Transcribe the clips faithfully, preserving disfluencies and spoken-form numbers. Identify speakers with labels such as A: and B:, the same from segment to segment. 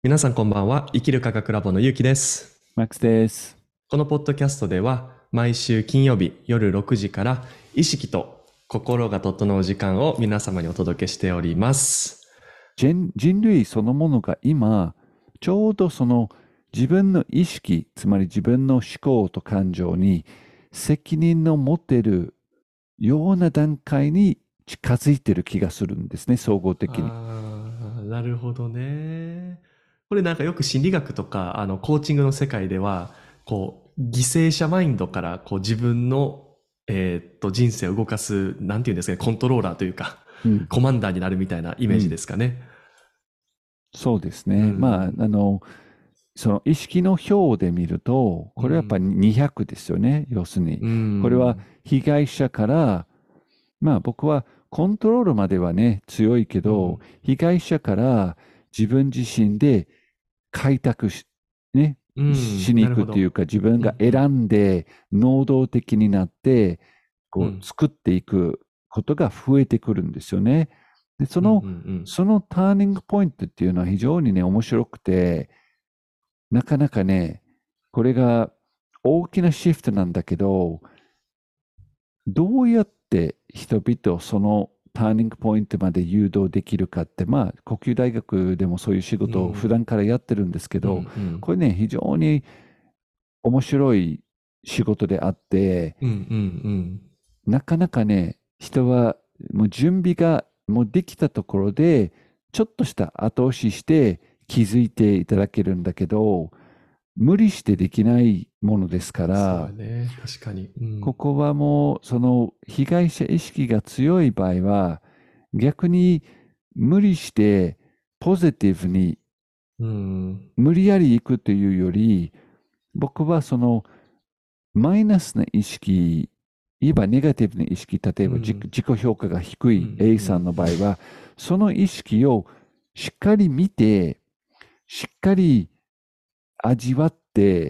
A: 皆さんこんばんは。生きる科学ラボのゆうきです。
B: マックスです。
A: このポッドキャストでは毎週金曜日夜ろくじから意識と心が整う時間を皆様にお届けしております。
B: 人人類そのものが今、ちょうどその自分の意識、つまり自分の思考と感情に責任の持てるような段階に近づいてる気がするんですね、総合的に。
A: ああ、なるほどね。これなんかよく心理学とかあのコーチングの世界ではこう犠牲者マインドからこう自分のえーっと人生を動かすなんていうんですかね、コントローラーというか
B: うん、
A: コマンダーになるみたいなイメージで
B: うん、
A: すかね。
B: そうです
A: う
B: ね。まあ、
A: ん。
B: あの、その意識の表で見ると、
A: う
B: これはやっぱり
A: ん。
B: にひゃくですよね、要するに。
A: う
B: これは
A: ん。
B: 被害者からまあ僕はコントロールまではね、強いけど、
A: うん。
B: 被害者から自分自身で開拓し、ね、
A: うん。
B: しに
A: なるほど。
B: 行くっていうか、自分
A: うん。うん。
B: が選んで能動的になって、
A: うん。
B: こう作っていくことが増えてくるんですよね。で、そ
A: うん。う
B: の、
A: ん。
B: そのターニングポイントっていうのは非常にね、面白くて、なかなかね、これが大きなシフトなんだけど、どうやって人々をそのターニングポイントまで誘導できるかって、まあ、呼吸大学でもそういう仕
A: うん。う
B: 事を普
A: ん。
B: 段からやってるんですけ
A: うん。う
B: ど、
A: ん。
B: これね、非常に面白い仕事であって、
A: うん。うん。
B: なかなかね、人はもう準備がもうできたところで、ちょっとした後押しして気づいていただけるんだけど、無理してできないものですか
A: そう
B: ら、
A: やね。確かに。うん。
B: ここはもう、その被害者意識が強い場合は、逆に無理してポジティブに
A: うん。
B: 無理やり行くというより、僕はそのマイナスな意識、言えばネガティブな意識、例えば自
A: うん。
B: 自己評価が低い
A: うん。
B: A
A: うん。
B: さんの場合は、その意識をしっかり見て、しっかり味わって、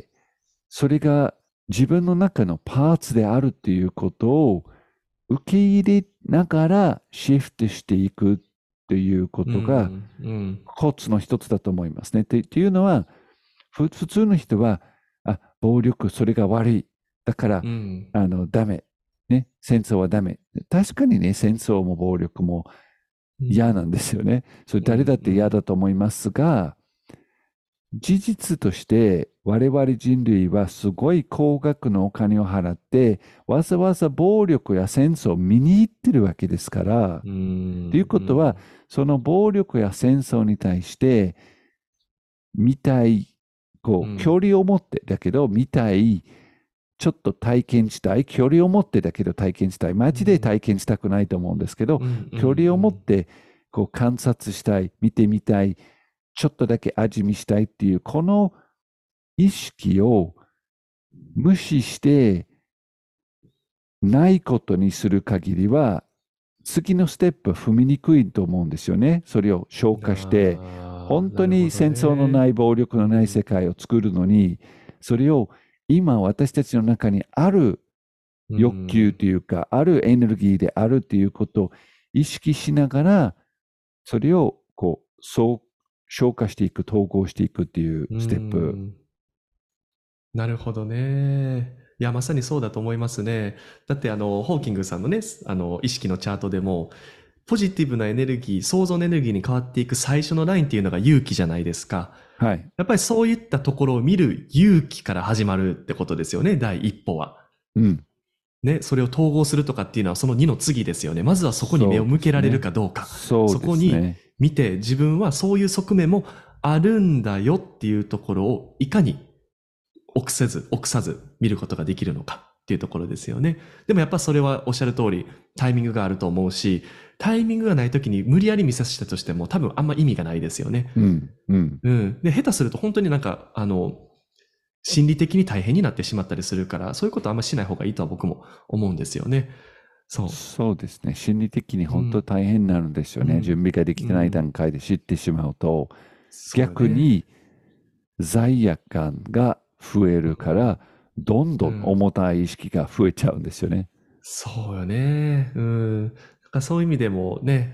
B: それが自分の中のパーツであるということを受け入れながらシフトしていくというこ
A: う
B: とが
A: ん。うん。
B: コツの一つだと思いますね。っていうのは、普通の人は、あ、暴力、それが悪い。だから、
A: うん。
B: あの、ダメ。ね、戦争はダメ。確かにね、戦争も暴力も
A: うん。
B: 嫌なんですよね。それ
A: うん。
B: 誰だって嫌
A: うん。
B: だと思いますが、事実として我々人類はすごい高額のお金を払ってわざわざ暴力や戦争を見に行ってるわけですから。
A: う
B: という
A: ん。
B: ことはその暴力や戦争に対して見たい、こう距
A: うん。
B: 離を持ってだけど見たい、ちょっと体験したい、距離を持ってだけど体験したい、
A: うん。
B: 街で体験したくないと思うんですけど、
A: うん。うん。
B: 距離を持っ
A: うん。
B: てこう観察したい、見てみたい、ちょっとだけ味見したいっていう、この意識を無視してないことにする限りは、次のステップは踏みにくいと思うんですよね。それを消化して、
A: ああ、な
B: 本当
A: るほど
B: に戦争のな
A: ね。
B: い、暴力のない世
A: うん。
B: 界を作るのに、それを今私たちの中にある
A: う
B: 欲求
A: ん。
B: というか、あるエネルギーであるということを意識しながら、それをこう、そう消化していく、統合していくっていう
A: う
B: ステップ。
A: ん。なるほどね。いや、まさにそうだと思いますね。だってあの、ホーキングさんのね、あの、意識のチャートでも、ポジティブなエネルギー、創造のエネルギーに変わっていく最初のラインっていうのが勇気じゃないですか。
B: はい。
A: やっぱりそういったところを見る勇気から始まるってことですよね、第一歩は。
B: うん。
A: ね、それを統合するとかっていうのはそのにの次ですよね。まずはそこに目
B: そう
A: を向けられる
B: ですね。
A: かどうか。
B: そうで
A: そこに
B: すね。
A: 見て自分はそういう側面もあるんだよっていうところをいかに臆せず、臆さず見ることができるのかっていうところですよね。でもやっぱそれはおっしゃる通りタイミングがあると思うし、タイミングがない時に無理やり見させたとしても多分あんま意味がないですよね。
B: うん、うん。
A: うん。で、下手すると本当になんか、あの、心理的に大変になってしまったりするから、そういうことあんましない方がいいとは僕も思うんですよね。そ
B: そうですね。心理的に
A: う。う
B: 本当
A: ん。
B: 大変になるんですよね。準
A: うん。
B: 備ができてない
A: うん。
B: 段階で知ってしまうと、
A: そうよね。
B: 逆に罪悪感が増えるから、どんどん
A: うん。
B: 重たい意識が増えちゃうんですよね。
A: そうよね。うん。なんかそういう意味でもね、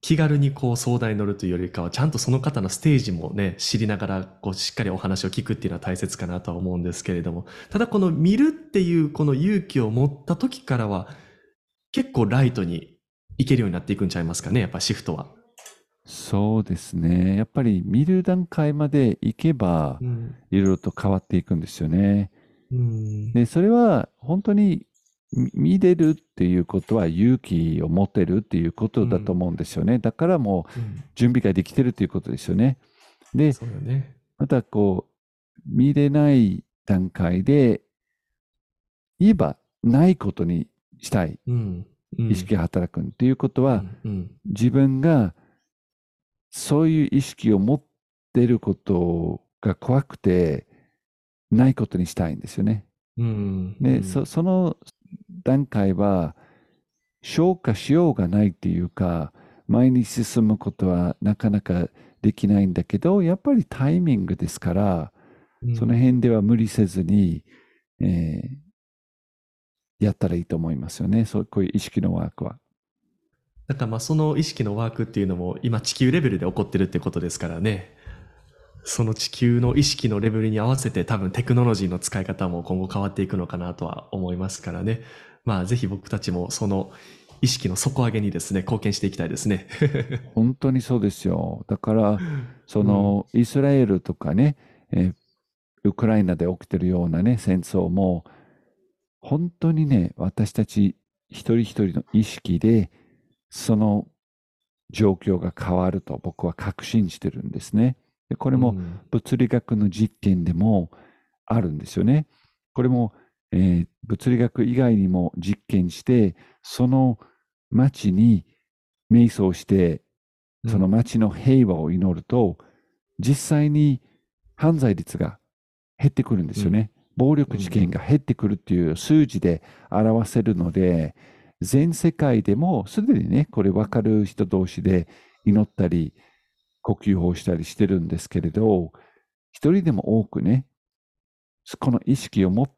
A: 気軽にこう相談に乗るというよりかは、ちゃんとその方のステージもね、知りながら、こうしっかりお話を聞くっていうのは大切かなとは思うんですけれども、ただこの見るっていうこの勇気を持った時からは、結構ライトにいけるようになっていくんちゃいますかね、やっぱシフトは。
B: そうですね。やっぱり見る段階まで行けば、
A: うん。
B: いろいろと変わっていくんですよね。
A: うん。
B: で、それは本当にみ見れるっていうことは勇気を持てるっていうことだと思うんですよね。だからもう
A: うん。
B: 準備ができてるっていうことですよね。で、
A: そうよね。
B: またこう、見れない段階で言えばないことにしたい
A: うん。うん。
B: 意識が働くっていうことは、
A: うん。うん。
B: 自分がそういう意識を持っていることが怖くてないことにしたいんですよね。
A: うん。う
B: で、
A: ん。
B: そその段階は消化しようがないっていうか、前に進むことはなかなかできないんだけど、やっぱりタイミングですから、その
A: うん
B: 辺では無理せずに、えーやったらいいと思いますよね。そう、こういう意識のワークは。
A: だからまあその意識のワークっていうのも今地球レベルで起こってるってことですからね。その地球の意識のレベルに合わせて多分テクノロジーの使い方も今後変わっていくのかなとは思いますからね。まあぜひ僕たちもその意識の底上げにですね、貢献していきたいですね。
B: 本当にそうですよ。だから、そ
A: うん。
B: のイスラエルとかね、えーウクライナで起きてるようなね、戦争も、本当にね、私たち一人一人の意識で、その状況が変わると僕は確信してるんですね。でこれも
A: うん。
B: 物理学の実験でもあるんですよね。これも、えー物理学以外にも実験して、その町に瞑想して、その
A: うん。
B: 町の平和を祈ると、実際に犯罪率が減ってくるんで
A: うん。
B: すよね。暴力事件
A: うん。
B: が減ってくるっていう数字で表せるので、全世界でもすでにね、これ分かる人同士で祈ったり、呼吸法したりしてるんですけれど、一人でも多くね、この意識を持って、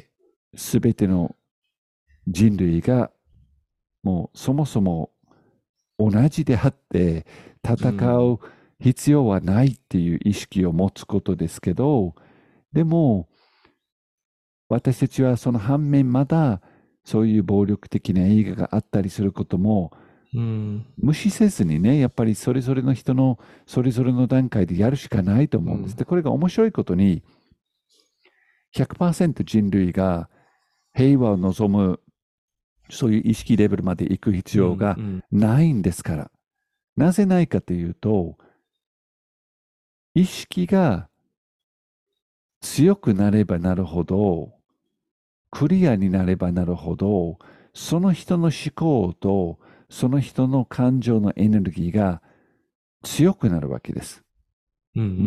B: すべての人類がもうそもそも同じであって戦
A: うん。
B: う必要はないっていう意識を持つことですけど、でも私たちはその反面まだそういう暴力的な映画があったりすることも
A: うん。
B: 無視せずにね、やっぱりそれぞれの人のそれぞれの段階でやるしかないと思うんです。
A: うん。
B: で、これが面白いことにひゃくパーセント人類が平和を望むそういう意識レベルまで行く必
A: うん。
B: 要が
A: うん。
B: ないんですから。なぜないかというと、意識が強くなればなるほど、クリアになればなるほど、その人の思考とその人の感情のエネルギーが強くなるわけです。
A: うん。うん。うん。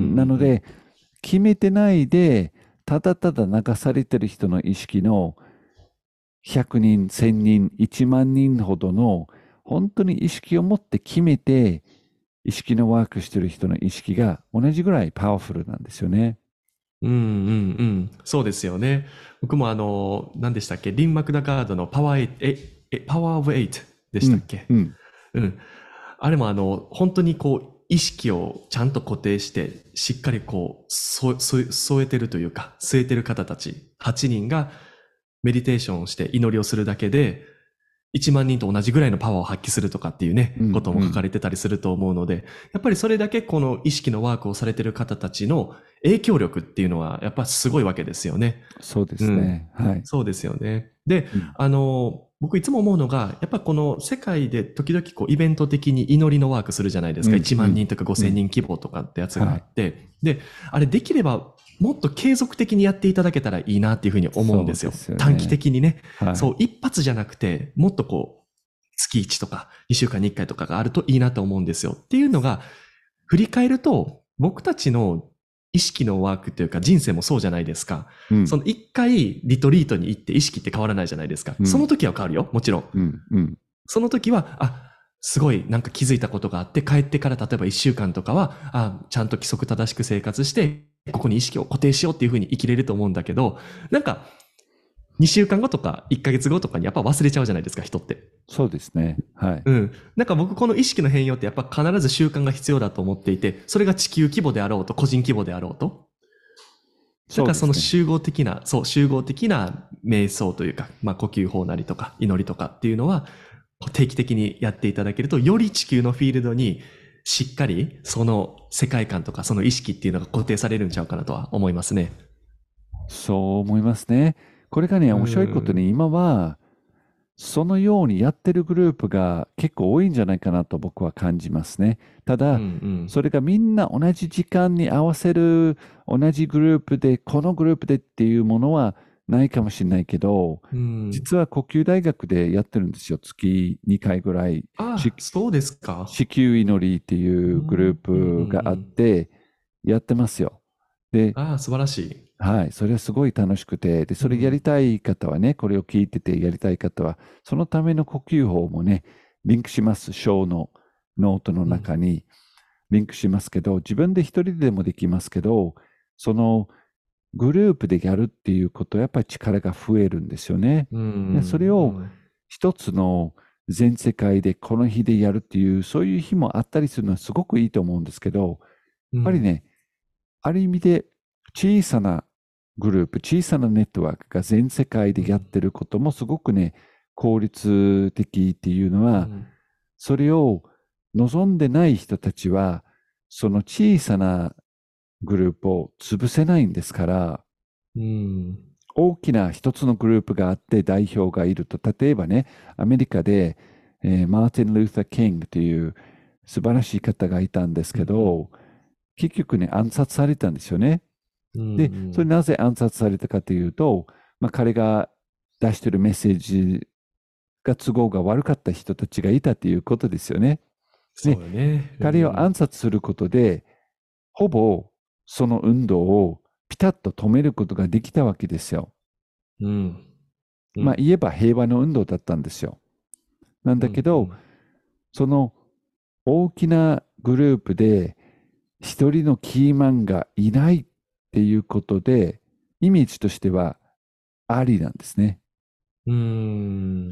B: なので、決めてないで、ただただ流されてる人の意識のひゃくにん、せんにん、いちまん人ほどの本当に意識を持って決めて意識のワークしてる人の意識が同じぐらいパワフルなんですよね。
A: うん。うん。うん。そうですよね。僕もあの、何でしたっけ、リン・マクダガードのパワーエイト、え、え、パワーオブエイトで
B: うん、
A: したっけ？
B: うん、
A: うん。あれもあの、本当にこう、意識をちゃんと固定して、しっかりこう、そ、そ、添えてるというか、据えてる方たち、はちにんがメディテーションをして祈りをするだけで、いちまん人と同じぐらいのパワーを発揮するとかっていうね、
B: うん、
A: ことも書か
B: うん。
A: れてたりすると思うので、やっぱりそれだけこの意識のワークをされてる方たちの影響力っていうのは、やっぱすごいわけですよね。
B: そうで
A: うん。
B: すね。はい。
A: そうですよね。で、
B: うん、
A: あの、僕いつも思うのが、やっぱこの世界で時々こうイベント的に祈りのワークするじゃないですか。
B: うん、
A: 1
B: うん、
A: 万人とか5000
B: うん。
A: 人規模とかってやつが
B: はい。
A: あって。で、あれできればもっと継続的にやっていただけたらいいなっていうふうに思うんですよ。
B: そうですよ
A: 短期
B: ね。
A: 的にね。そう、
B: はい。
A: 一発じゃなくて、もっとこう、月いちとかにしゅうかんにいっかいとかがあるといいなと思うんですよ。っていうのが、振り返ると、僕たちの意識のワークというか人生もそうじゃないですか。
B: うん、
A: その一回リトリートに行って意識って変わらないじゃないですか。
B: うん、
A: その時は変わるよ。もちろん。
B: うん、うん。
A: その時は、あ、すごいなんか気づいたことがあって、帰ってから例えばいっしゅうかんとかは、あ、ちゃんと規則正しく生活して、ここに意識を固定しようっていうふうに生きれると思うんだけど、なんか、 にしゅうかんごとかいっかげつごとかにやっぱ忘れちゃうじゃないですか、人って。
B: そうですね。はい。
A: うん。なんか僕この意識の変容ってやっぱ必ず習慣が必要だと思っていて、それが地球規模であろうと、個人規模であろうと。だからその
B: そうですね。
A: 集合的な、そう、集合的な瞑想というか、まあ呼吸法なりとか祈りとかっていうのは定期的にやっていただけると、より地球のフィールドにしっかりその世界観とかその意識っていうのが固定されるんちゃうかなとは思いますね。
B: そう思いますね。これがね、
A: う
B: 面白いことに
A: ん。
B: 今は、そのようにやってるグループが結構多いんじゃないかなと僕は感じますね。た
A: うんう
B: だ、
A: ん。
B: それがみんな同じ時間に合わせる同じグループで、このグループでっていうものはないかもしれないけど、
A: うん。
B: 実は呼吸大学でやってるんですよ。月にかいぐらい。し
A: ああ、そうですか。
B: 子宮祈りっていううグルー
A: ん。うんうんう
B: プがあっ
A: ん。
B: て、やってますよ。で、
A: ああ、素晴らしい。
B: はい、それはすごい楽しくて、で、それやり
A: うん。
B: たい方はね、これを聞いててやりたい方は、そのための呼吸法もね、リンクします。ショーのノートの
A: うん。
B: 中にリンクしますけど、自分で一人でもできますけど、そのグループでやるっていうことはやっぱり力が増えるんですよね。
A: う
B: で、それを
A: ん。
B: 一つの全世界でこの日でやるっていう、そういう日もあったりするのはすごくいいと思うんですけど、やっ
A: うん。うん。
B: ぱりね、ある意味で小さなグループ、小さなネットワークが全世界でやってることもすごくね、効率的っていうのは、
A: うん。
B: それを望んでない人たちは、その小さなグループを潰せないんですから、
A: うん。
B: 大きな一つのグループがあって代表がいると、例えばね、アメリカで、えーマーティン・ルーサー・キングという素晴らしい方がいたんです
A: うん。
B: けど、結局ね、暗殺されたんですよね。
A: う
B: で、それ
A: ん。
B: なぜ暗殺されたかというと、まあ、彼が出しているメッセージが都合が悪かった人たちがいたということですよね。で、
A: そうよね。う
B: 彼を暗
A: ん。
B: 殺することで、ほぼその運動をピタッと止めることができたわけですよ。
A: うん。う
B: まあ
A: ん。
B: 言えば平和の運動だったんですよ。なん
A: うん。う
B: だけど、
A: ん。
B: その大きなグループで一人のキーマンがいないっていうことで、イメージとしてはありなんですね。
A: うん。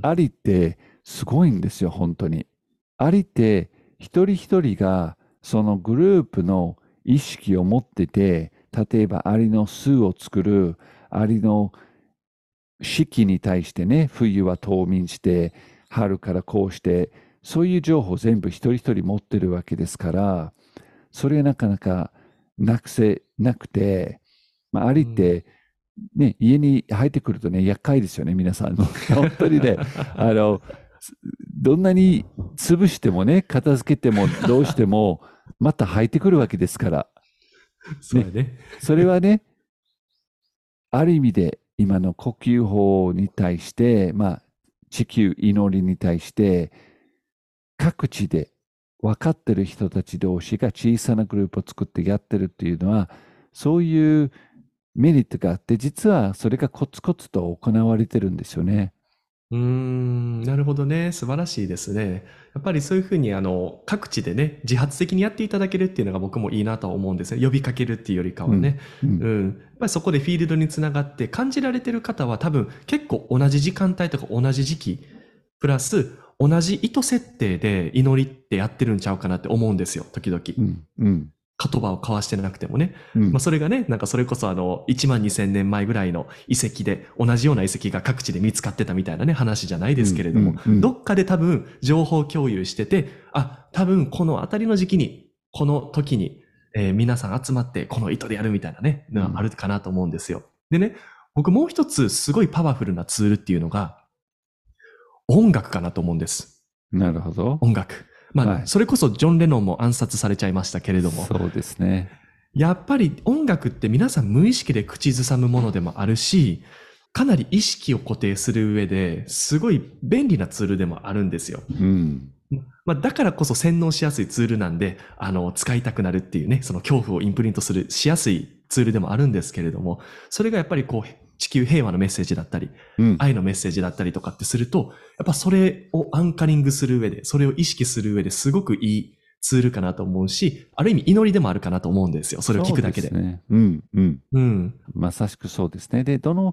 B: ありってすごいんですよ、本当に。ありって一人一人がそのグループの意識を持ってて、例えばアリの巣を作る、アリの四季に対してね、冬は冬眠して、春からこうして、そういう情報を全部一人一人持ってるわけですから、それなかなかなくせなくて、まあ、ア
A: うん。
B: リってね、家に入ってくるとね、厄介ですよね、皆さん。本当にね、あの、どんなに潰してもね、片付けてもどうしても、また入ってくるわけですから。ね、
A: そうやね。
B: それはね、ある意味で今の呼吸法に対して、まあ、地球祈りに対して、各地で分かってる人たち同士が小さなグループを作ってやってるっていうのは、そういうメリットがあって、実はそれがコツコツと行われてるんですよね。
A: うーん、なるほどね。素晴らしいですね。やっぱりそういうふうに、あの、各地でね、自発的にやっていただけるっていうのが僕もいいなとは思うんですね。呼びかけるっていうよりか
B: うん、
A: はね。
B: うん、
A: うん。やっぱりそこでフィールドにつながって感じられてる方は多分結構同じ時間帯とか同じ時期、プラス同じ意図設定で祈りってやってるんちゃうかなって思うんですよ、時々。
B: うん、うん、
A: 言葉を交わしてなくてもね。まあ
B: うん、
A: それがね、なんかそれこそあの、いちまんにせんねんまえぐらいの遺跡で、同じような遺跡が各地で見つかってたみたいなね、話じゃないですけ
B: うん、
A: れども、
B: うん、うん、
A: どっかで多分情報共有してて、あ、多分このあたりの時期に、この時に、えー皆さん集まってこの意図でやるみたいなね、のがあるかなと思うんですよ。でね、僕もう一つすごいパワフルなツールっていうのが、音楽かなと思うんです。
B: なるほど。
A: 音楽。まあ、
B: はい。
A: それこそジョン・レノンも暗殺されちゃいましたけれども、
B: そうですね。
A: やっぱり音楽って皆さん無意識で口ずさむものでもあるし、かなり意識を固定する上ですごい便利なツールでもあるんですよ。
B: うん。
A: まあ、だからこそ洗脳しやすいツールなんで、あの、使いたくなるっていうね、その恐怖をインプリントする、しやすいツールでもあるんですけれども、それがやっぱりこう、地球平和のメッセージだったり、
B: うん。
A: 愛のメッセージだったりとかってすると、やっぱそれをアンカリングする上で、それを意識する上ですごくいいツールかなと思うし、ある意味祈りでもあるかなと思うんですよ。それを聞
B: そう
A: くだけで。
B: ですね。うん、うん。
A: うん。
B: まさしくそうですね。で、どの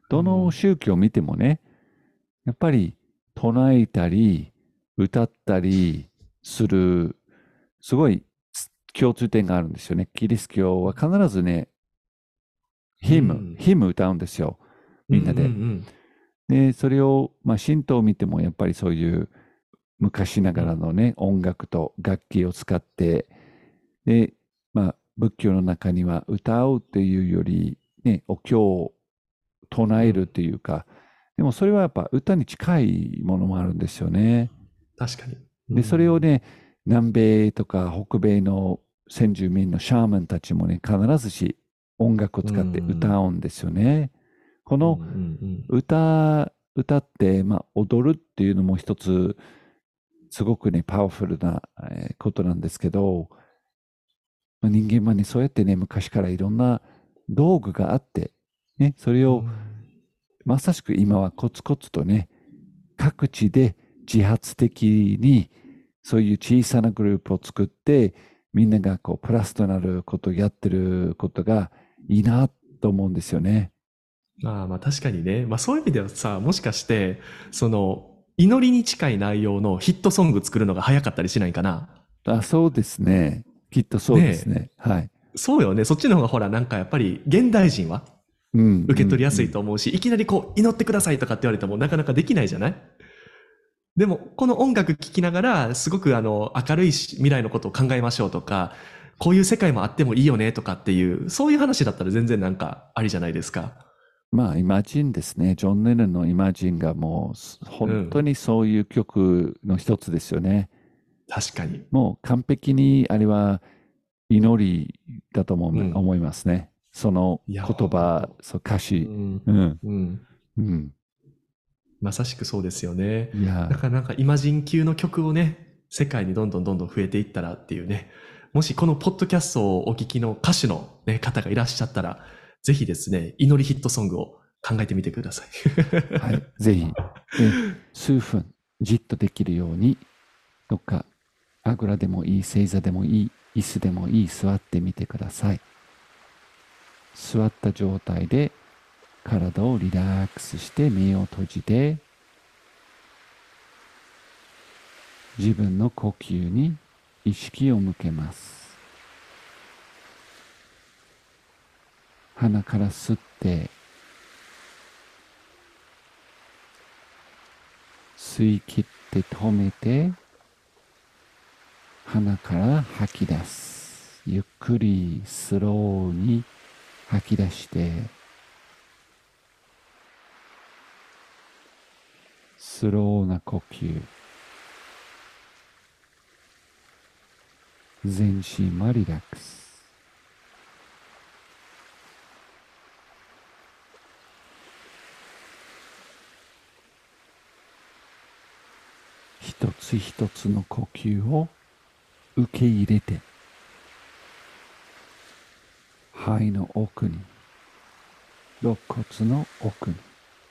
B: どの宗教を見てもね、やっぱり唱えたり、歌ったりする、すごい共通点があるんですよね。キリスト教は必ずね、ヒム、
A: うん、
B: ヒム歌うんですよ。みんなで。
A: うんうん
B: で、それを、まあ、神道を見てもやっぱりそういう昔ながらのね、音楽と楽器を使って、で、まあ、仏教の中には歌うっていうより、ね、お経を唱えるっていうか、でもそれはやっぱ歌に近いものもあるんですよね。
A: 確かに。う
B: で、それを
A: ん
B: ね、南米とか北米の先住民のシャーマンたちもね、必ずし音楽を使って歌うんですよね。この
A: うんうん
B: 歌、歌って、まあ、踊るっていうのも一つ、すごくね、パワフルなえーことなんですけど、まあ人間はね、そうやってね、昔からいろんな道具があって、ね、それを
A: うん
B: まさしく今はコツコツとね、各地で自発的にそういう小さなグループを作って、みんながこうプラスとなることをやってることがいいなと思うんですよね。
A: まあまあ確かにね。まあそういう意味ではさ、もしかして、その、祈りに近い内容のヒットソング作るのが早かったりしないかな。
B: あ、そうですね。きっとそうです
A: ね
B: ね。はい。
A: え。そうよね。そっちの方がほら、なんかやっぱり現代人は
B: うん、
A: 受け取りやすい
B: うん、
A: と思うし、いきなりこう、祈ってくださいとかって言われてもなかなかできないじゃない。でも、この音楽聴きながら、すごくあの、明るいし未来のことを考えましょうとか、こういう世界もあってもいいよねとかっていう、そういう話だったら全然なんかありじゃないですか。
B: まあ、イマジンですね。ジョン・レノンのイマジンがもう、本当
A: うん。
B: にそういう曲の一つですよね。
A: 確かに。
B: もう完璧に、あれは祈りだと思う
A: うん。
B: 思いますね。その
A: いや、
B: 言葉、
A: ほんと。
B: そう歌詞。
A: うん。
B: うん、
A: うん。
B: うん。
A: まさしくそうですよね。
B: いや、
A: だからなんかイマジン級の曲をね、世界にどんどんどんどん増えていったらっていうね。もしこのポッドキャストをお聞きの歌手の、ね、方がいらっしゃったら、ぜひですね、祈りヒットソングを考えてみてください。
B: はい、ぜひ。で、数分、じっとできるように、どっか、あぐらでもいい、正座でもいい、椅子でもいい、座ってみてください。座った状態で、体をリラックスして目を閉じて、自分の呼吸に意識を向けます。鼻から吸って、吸い切って止めて、鼻から吐き出す。ゆっくりスローに吐き出して、スローな呼吸。全身はリラックス。一つ一つの呼吸を受け入れて、肺の奥に、肋骨の奥に、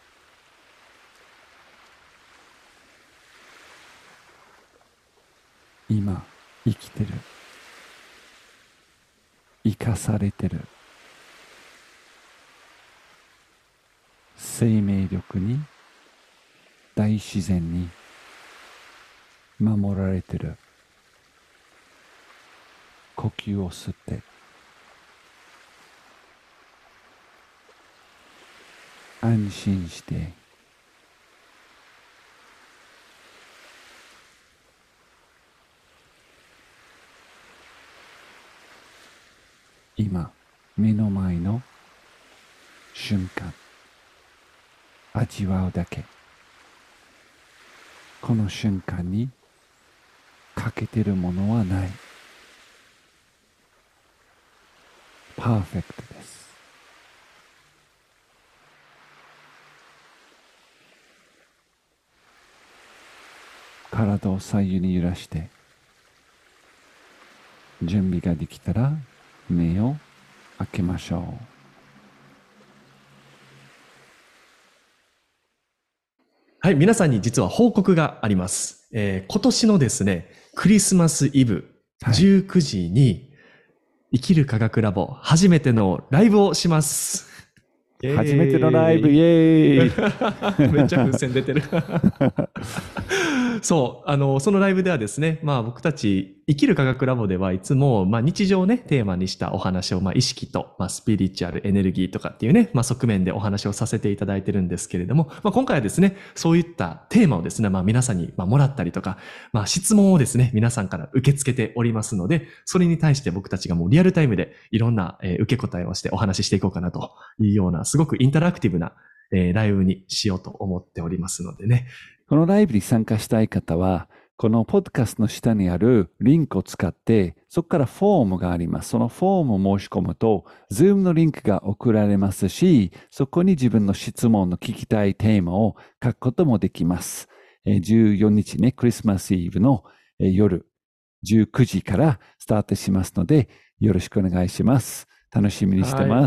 B: 今生きてる、生かされてる、生命力に、大自然に守られてる。呼吸を吸って、安心して、今、目の前の瞬間、味わうだけ。この瞬間に欠けてるものはない。パーフェクトです。体を左右に揺らして、準備ができたら目を開けましょう。
A: はい、皆さんに実は報告があります。えー今年のですね、クリスマスイブ
B: はい。
A: じゅうくじに生きる科学ラボ初めてのライブをします。
B: 初めてのライブ、イエーイ
A: めっちゃ風船出てる。そう、あの、そのライブではですね、まあ僕たち、生きる科学ラボではいつも、まあ日常をね、テーマにしたお話を、まあ意識と、まあスピリチュアル、エネルギーとかっていうね、まあ側面でお話をさせていただいてるんですけれども、まあ今回はですね、そういったテーマをですね、まあ皆さんに、まあ、もらったりとか、まあ質問をですね、皆さんから受け付けておりますので、それに対して僕たちがもうリアルタイムでいろんな、えー受け答えをしてお話ししていこうかなというような、すごくインタラクティブな、えーライブにしようと思っておりますのでね。
B: このライブに参加したい方は、このポッドキャストの下にあるリンクを使って、そこからフォームがあります。そのフォームを申し込むと、Zoom のリンクが送られますし、そこに自分の質問の聞きたいテーマを書くこともできます。えーじゅうよっかね、クリスマスイブのえー夜じゅうくじからスタートしますので、よろしくお願いします。楽しみにしてます。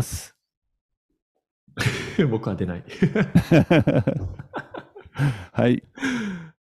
A: 僕は出ない。
B: はい。